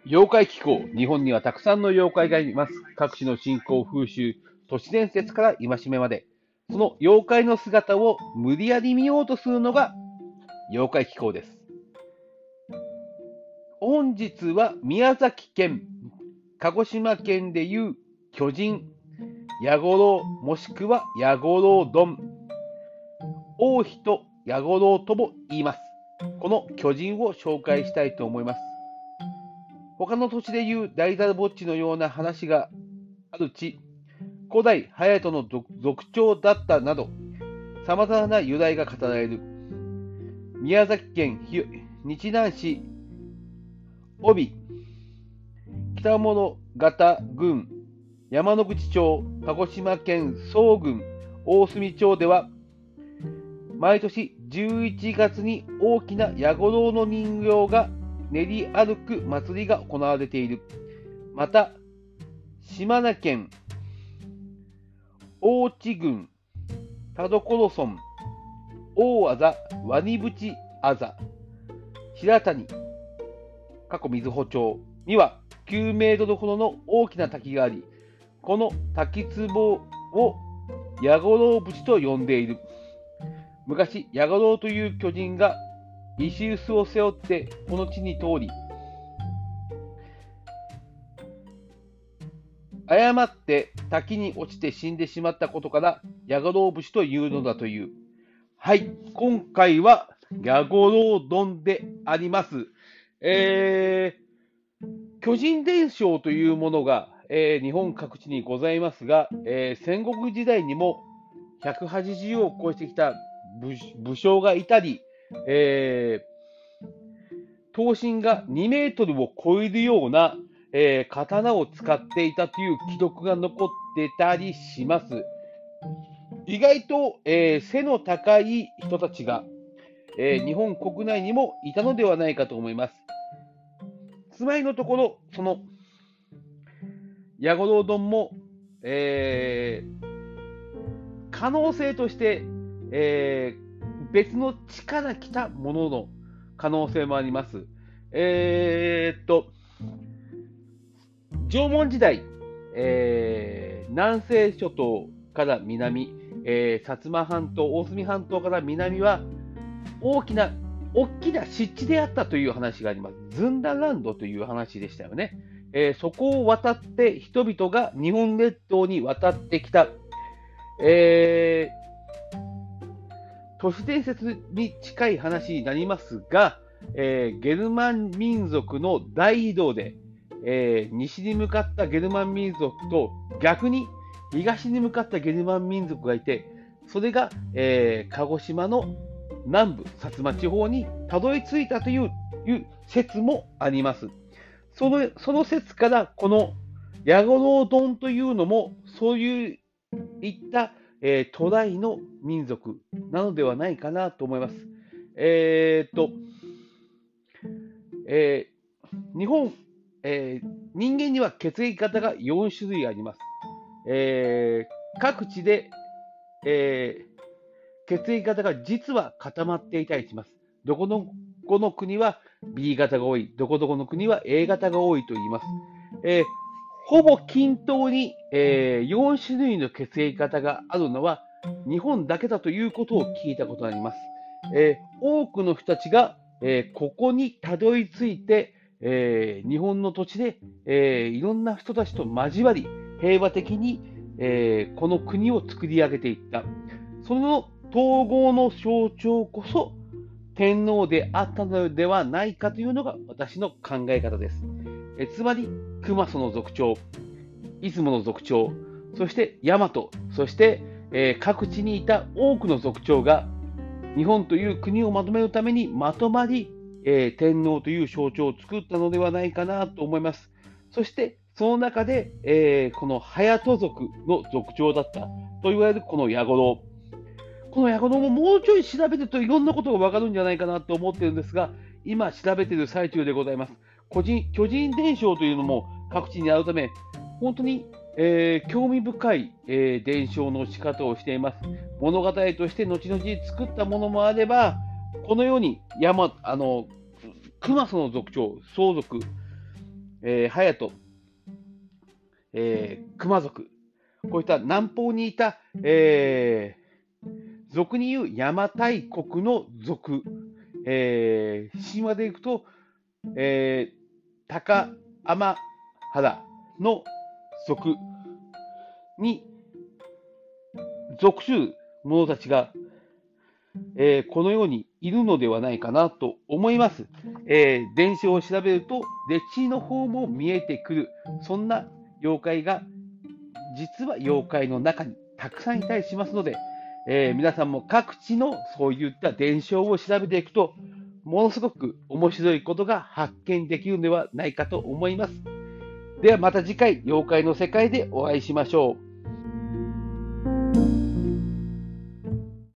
妖怪気候。日本にはたくさんの妖怪がいます。各地の信仰風習、都市伝説から戒めまで。その妖怪の姿を無理やり見ようとするのが妖怪気候です。本日は宮崎県、鹿児島県でいう巨人、ヤゴロウ、もしくはヤゴロウ丼、王妃とヤゴロウとも言います。この巨人を紹介したいと思います。他の土地でいう大座ぼっちのような話がある地、古代隼人の族長だったなど、様々な由来が語られる。宮崎県日南市帯北諸形郡山口町、鹿児島県総郡大隅町では、毎年11月に大きなヤゴロウの人形が練り歩く祭りが行われている。また、島根県大地郡田所村大あざワニブチあざ白谷水穂町には9メートルほどの大きな滝があり、この滝壺をヤゴロウ淵と呼んでいる。昔、ヤゴロウという巨人が石臼を背負ってこの地に通り、誤って滝に落ちて死んでしまったことからヤゴロウ節というのだという。はい、今回はヤゴロウ丼であります。巨人伝承というものが、日本各地にございますが、戦国時代にも180を超えてきた武将がいたり、刀身が2メートルを超えるような、刀を使っていたという記録が残ってたりします。意外と、背の高い人たちが、日本国内にもいたのではないかと思います。つまりのところ、そのヤゴロウ丼も、可能性として、別の地から来たものの可能性もあります。縄文時代、南西諸島から南、薩摩半島、大隅半島から南は大きな湿地であったという話があります。ズンダランドという話でしたよね。そこを渡って人々が日本列島に渡ってきた、都市伝説に近い話になりますが、ゲルマン民族の大移動で、西に向かったゲルマン民族と逆に東に向かったゲルマン民族がいて、それが、鹿児島の南部、薩摩地方にたどり着いたという説もあります。その説から、このヤゴロウ丼というのも、そういった、渡来の民族なのではないかなと思います。日本、人間には血液型が4種類あります。各地で、血液型が実は固まっていたりします。どこの国は B 型が多い、どこの国は A 型が多いと言います。ほぼ均等に、4種類の血液型があるのは日本だけだということを聞いたことがあります。多くの人たちが、ここにたどり着いて、日本の土地で、いろんな人たちと交わり、平和的に、この国を作り上げていった。その統合の象徴こそ天皇であったのではないかというのが私の考え方です。つまり、熊曽の族長、出雲の族長、そして大和、そして、各地にいた多くの族長が日本という国をまとめるためにまとまり、天皇という象徴を作ったのではないかなと思います。そして、その中で、この隼人族の族長だったと言われるこのヤゴロウ。このヤゴロウももうちょい調べるといろんなことがわかるんじゃないかなと思ってるんですが、今調べている最中でございます。巨人伝承というのも各地にあるため、本当に、興味深い、伝承の仕方をしています。物語として後々作ったものもあれば、このように熊曽の族長、相続、 隼人、熊族、こういった南方にいた、俗に言う邪馬台国の族、神話でいくと、高天原の族に属する者たちが、このようにいるのではないかなと思います。伝承を調べると歴史の方も見えてくる、そんな妖怪が実は妖怪の中にたくさんいたりしますので、皆さんも各地のそういった伝承を調べていくと、ものすごく面白いことが発見できるのではないかと思います。ではまた次回、妖怪の世界でお会いしましょう。